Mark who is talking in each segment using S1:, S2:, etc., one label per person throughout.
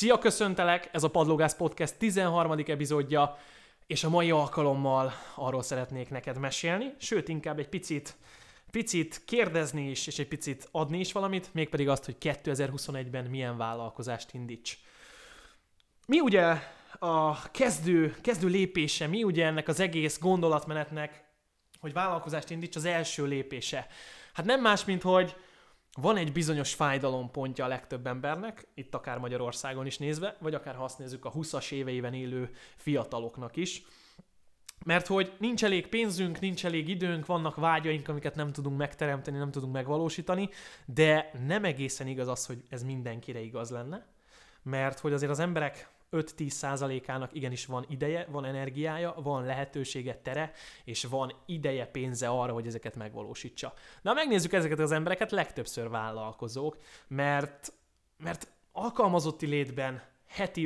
S1: Szia, köszöntelek! Ez a Padlógász Podcast 13. epizódja, és a mai alkalommal arról szeretnék neked mesélni, sőt, inkább egy picit kérdezni is, és egy picit adni is valamit, mégpedig azt, hogy 2021-ben milyen vállalkozást indíts. Mi ugye a kezdő lépése, mi ugye ennek az egész gondolatmenetnek, hogy vállalkozást indíts, az első lépése? Hát nem más, mint hogy van egy bizonyos fájdalompontja a legtöbb embernek, itt akár Magyarországon is nézve, vagy akár ha azt nézzük a 20-as éveiben élő fiataloknak is. Mert hogy nincs elég pénzünk, nincs elég időnk, vannak vágyaink, amiket nem tudunk megteremteni, nem tudunk megvalósítani, de nem egészen igaz az, hogy ez mindenkire igaz lenne, mert hogy azért az emberek 5-10%-ának igenis van ideje, van energiája, van lehetősége, tere, és van ideje, pénze arra, hogy ezeket megvalósítsa. De ha megnézzük ezeket az embereket, legtöbbször vállalkozók, mert alkalmazotti létben heti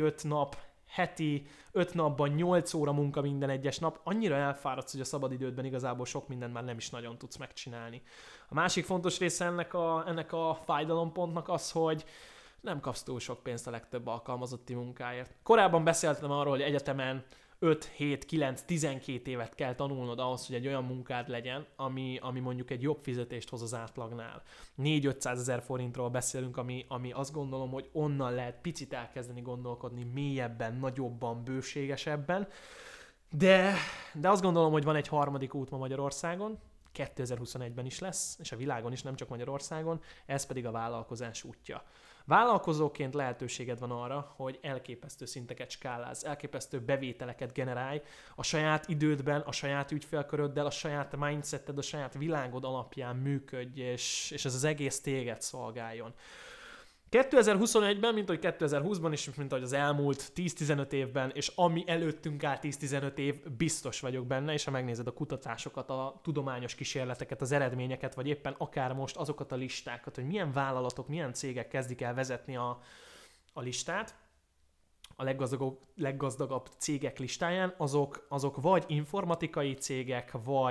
S1: 5 napban 8 óra munka minden egyes nap, annyira elfáradsz, hogy a szabadidődben igazából sok mindent már nem is nagyon tudsz megcsinálni. A másik fontos része ennek a fájdalompontnak az, hogy nem kapsz túl sok pénzt a legtöbb alkalmazotti munkáért. Korábban beszéltem arról, hogy egyetemen 5, 7, 9, 12 évet kell tanulnod ahhoz, hogy egy olyan munkád legyen, ami mondjuk egy jobb fizetést hoz az átlagnál. 4-500 ezer forintról beszélünk, ami azt gondolom, hogy onnan lehet picit elkezdeni gondolkodni mélyebben, nagyobban, bőségesebben. De azt gondolom, hogy van egy harmadik út ma Magyarországon, 2021-ben is lesz, és a világon is, nem csak Magyarországon, ez pedig a vállalkozás útja. Vállalkozóként lehetőséged van arra, hogy elképesztő szinteket skálázz, elképesztő bevételeket generálj a saját idődben, a saját ügyfélköröddel, a saját mindseted, a saját világod alapján működj, és ez az egész téged szolgáljon. 2021-ben, mint ahogy 2020-ban is, mint ahogy az elmúlt 10-15 évben, és ami előttünk áll 10-15 év, biztos vagyok benne, és ha megnézed a kutatásokat, a tudományos kísérleteket, az eredményeket, vagy éppen akár most azokat a listákat, hogy milyen vállalatok, milyen cégek kezdik el vezetni a listát, a leggazdagabb cégek listáján, azok vagy informatikai cégek,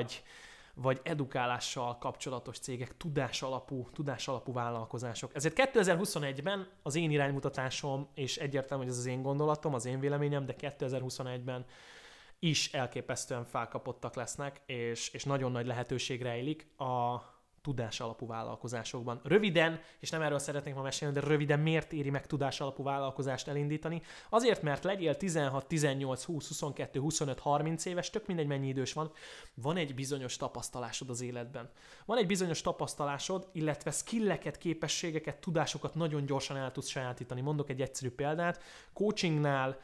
S1: vagy edukálással kapcsolatos cégek, tudásalapú vállalkozások. Ezért 2021-ben az én iránymutatásom, és egyértelmű, hogy ez az én gondolatom, az én véleményem, de 2021-ben is elképesztően felkapottak lesznek, és nagyon nagy lehetőség rejlik a tudásalapú vállalkozásokban. Röviden, és nem erről szeretnék ma mesélni, de röviden miért éri meg tudásalapú vállalkozást elindítani? Azért, mert legyél 16, 18, 20, 22, 25, 30 éves, tök mindegy mennyi idős van egy bizonyos tapasztalásod az életben. Van egy bizonyos tapasztalásod, illetve skilleket, képességeket, tudásokat nagyon gyorsan el tudsz sajátítani. Mondok egy egyszerű példát. Coachingnál,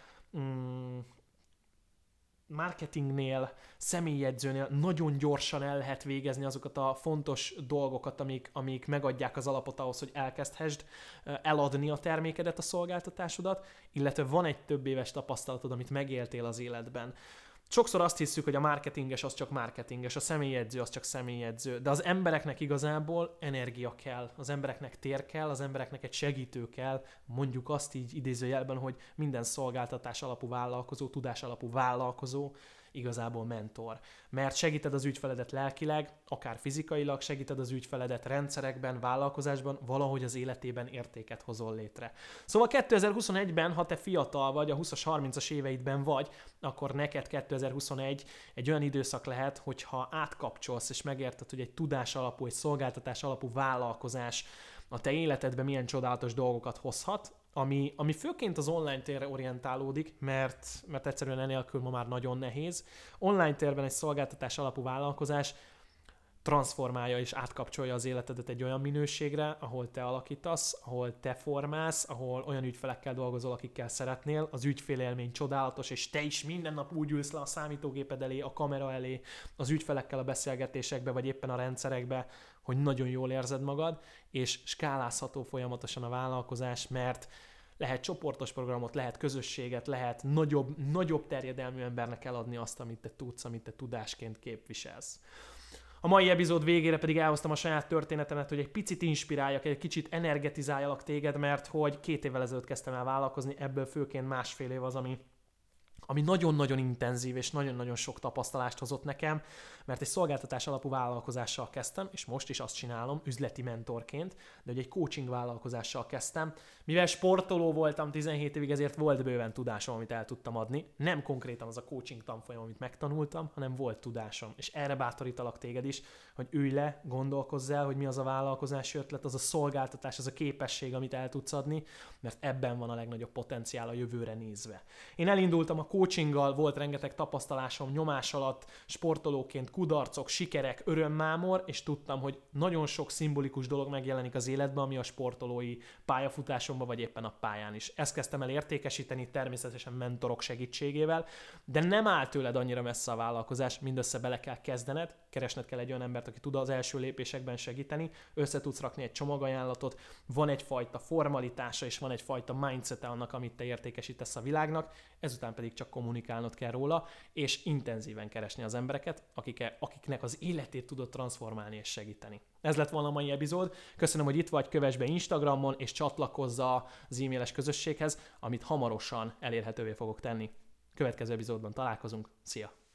S1: marketingnél, személyjegyzőnél nagyon gyorsan el lehet végezni azokat a fontos dolgokat, amik megadják az alapot ahhoz, hogy elkezdhessd eladni a termékedet, a szolgáltatásodat, illetve van egy több éves tapasztalatod, amit megéltél az életben. Sokszor azt hiszük, hogy a marketinges az csak marketinges, a személyjegyző az csak személyjegyző, de az embereknek igazából energia kell, az embereknek tér kell, az embereknek egy segítő kell, mondjuk azt így idézőjelben, hogy minden szolgáltatás alapú vállalkozó, tudás alapú vállalkozó igazából mentor. Mert segíted az ügyfeledet lelkileg, akár fizikailag, segíted az ügyfeledet rendszerekben, vállalkozásban, valahogy az életében értéket hozol létre. Szóval 2021-ben, ha te fiatal vagy, a 20-as, 30-as éveidben vagy, akkor neked 2021 egy olyan időszak lehet, hogyha átkapcsolsz és megérted, hogy egy tudás alapú, egy szolgáltatás alapú vállalkozás a te életedben milyen csodálatos dolgokat hozhat, ami főként az online térre orientálódik, mert egyszerűen enélkül ma már nagyon nehéz. Online térben egy szolgáltatás alapú vállalkozás transformálja és átkapcsolja az életedet egy olyan minőségre, ahol te alakítasz, ahol te formálsz, ahol olyan ügyfelekkel dolgozol, akikkel szeretnél, az ügyfélélmény csodálatos, és te is minden nap úgy ülsz le a számítógéped elé, a kamera elé, az ügyfelekkel a beszélgetésekbe, vagy éppen a rendszerekbe, hogy nagyon jól érzed magad, és skálázható folyamatosan a vállalkozás, mert lehet csoportos programot, lehet közösséget, lehet nagyobb terjedelmű embernek eladni azt, amit te tudsz, amit te tudásként képviselsz. A mai epizód végére pedig elhoztam a saját történetemet, hogy egy picit inspiráljak, egy kicsit energetizáljalak téged, mert hogy 2 évvel ezelőtt kezdtem el vállalkozni, ebből főként 1,5 év az, ami nagyon-nagyon intenzív és nagyon-nagyon sok tapasztalást hozott nekem, mert egy szolgáltatás alapú vállalkozással kezdtem, és most is azt csinálom üzleti mentorként, de egy coaching vállalkozással kezdtem. Mivel sportoló voltam 17 évig, ezért volt bőven tudásom, amit el tudtam adni. Nem konkrétan az a coaching tanfolyam, amit megtanultam, hanem volt tudásom. És erre bátorítalak téged is, hogy ülj le, gondolkozz el, hogy mi az a vállalkozási ötlet, az a szolgáltatás, az a képesség, amit el tudsz adni, mert ebben van a legnagyobb potenciál a jövőre nézve. Én elindultam a coachinggal, volt rengeteg tapasztalásom nyomás alatt, sportolóként kudarcok, sikerek, örömmámor, és tudtam, hogy nagyon sok szimbolikus dolog megjelenik az életben, ami a sportolói pályafutásomban, vagy éppen a pályán is. Ezt kezdtem el értékesíteni, természetesen mentorok segítségével, de nem áll tőled annyira messze a vállalkozás, mindössze bele kell kezdened, keresned kell egy olyan embert, aki tud az első lépésekben segíteni, össze tudsz rakni egy csomagajánlatot, van egyfajta formalitása, és van egyfajta mindset annak, amit te értékesítesz a világnak, ezután pedig csak kommunikálnod kell róla, és intenzíven keresni az embereket, akiknek az életét tudod transformálni és segíteni. Ez lett volna a mai epizód. Köszönöm, hogy itt vagy, kövess be Instagramon, és csatlakozz az e-mailes közösséghez, amit hamarosan elérhetővé fogok tenni. Következő epizódban találkozunk. Szia!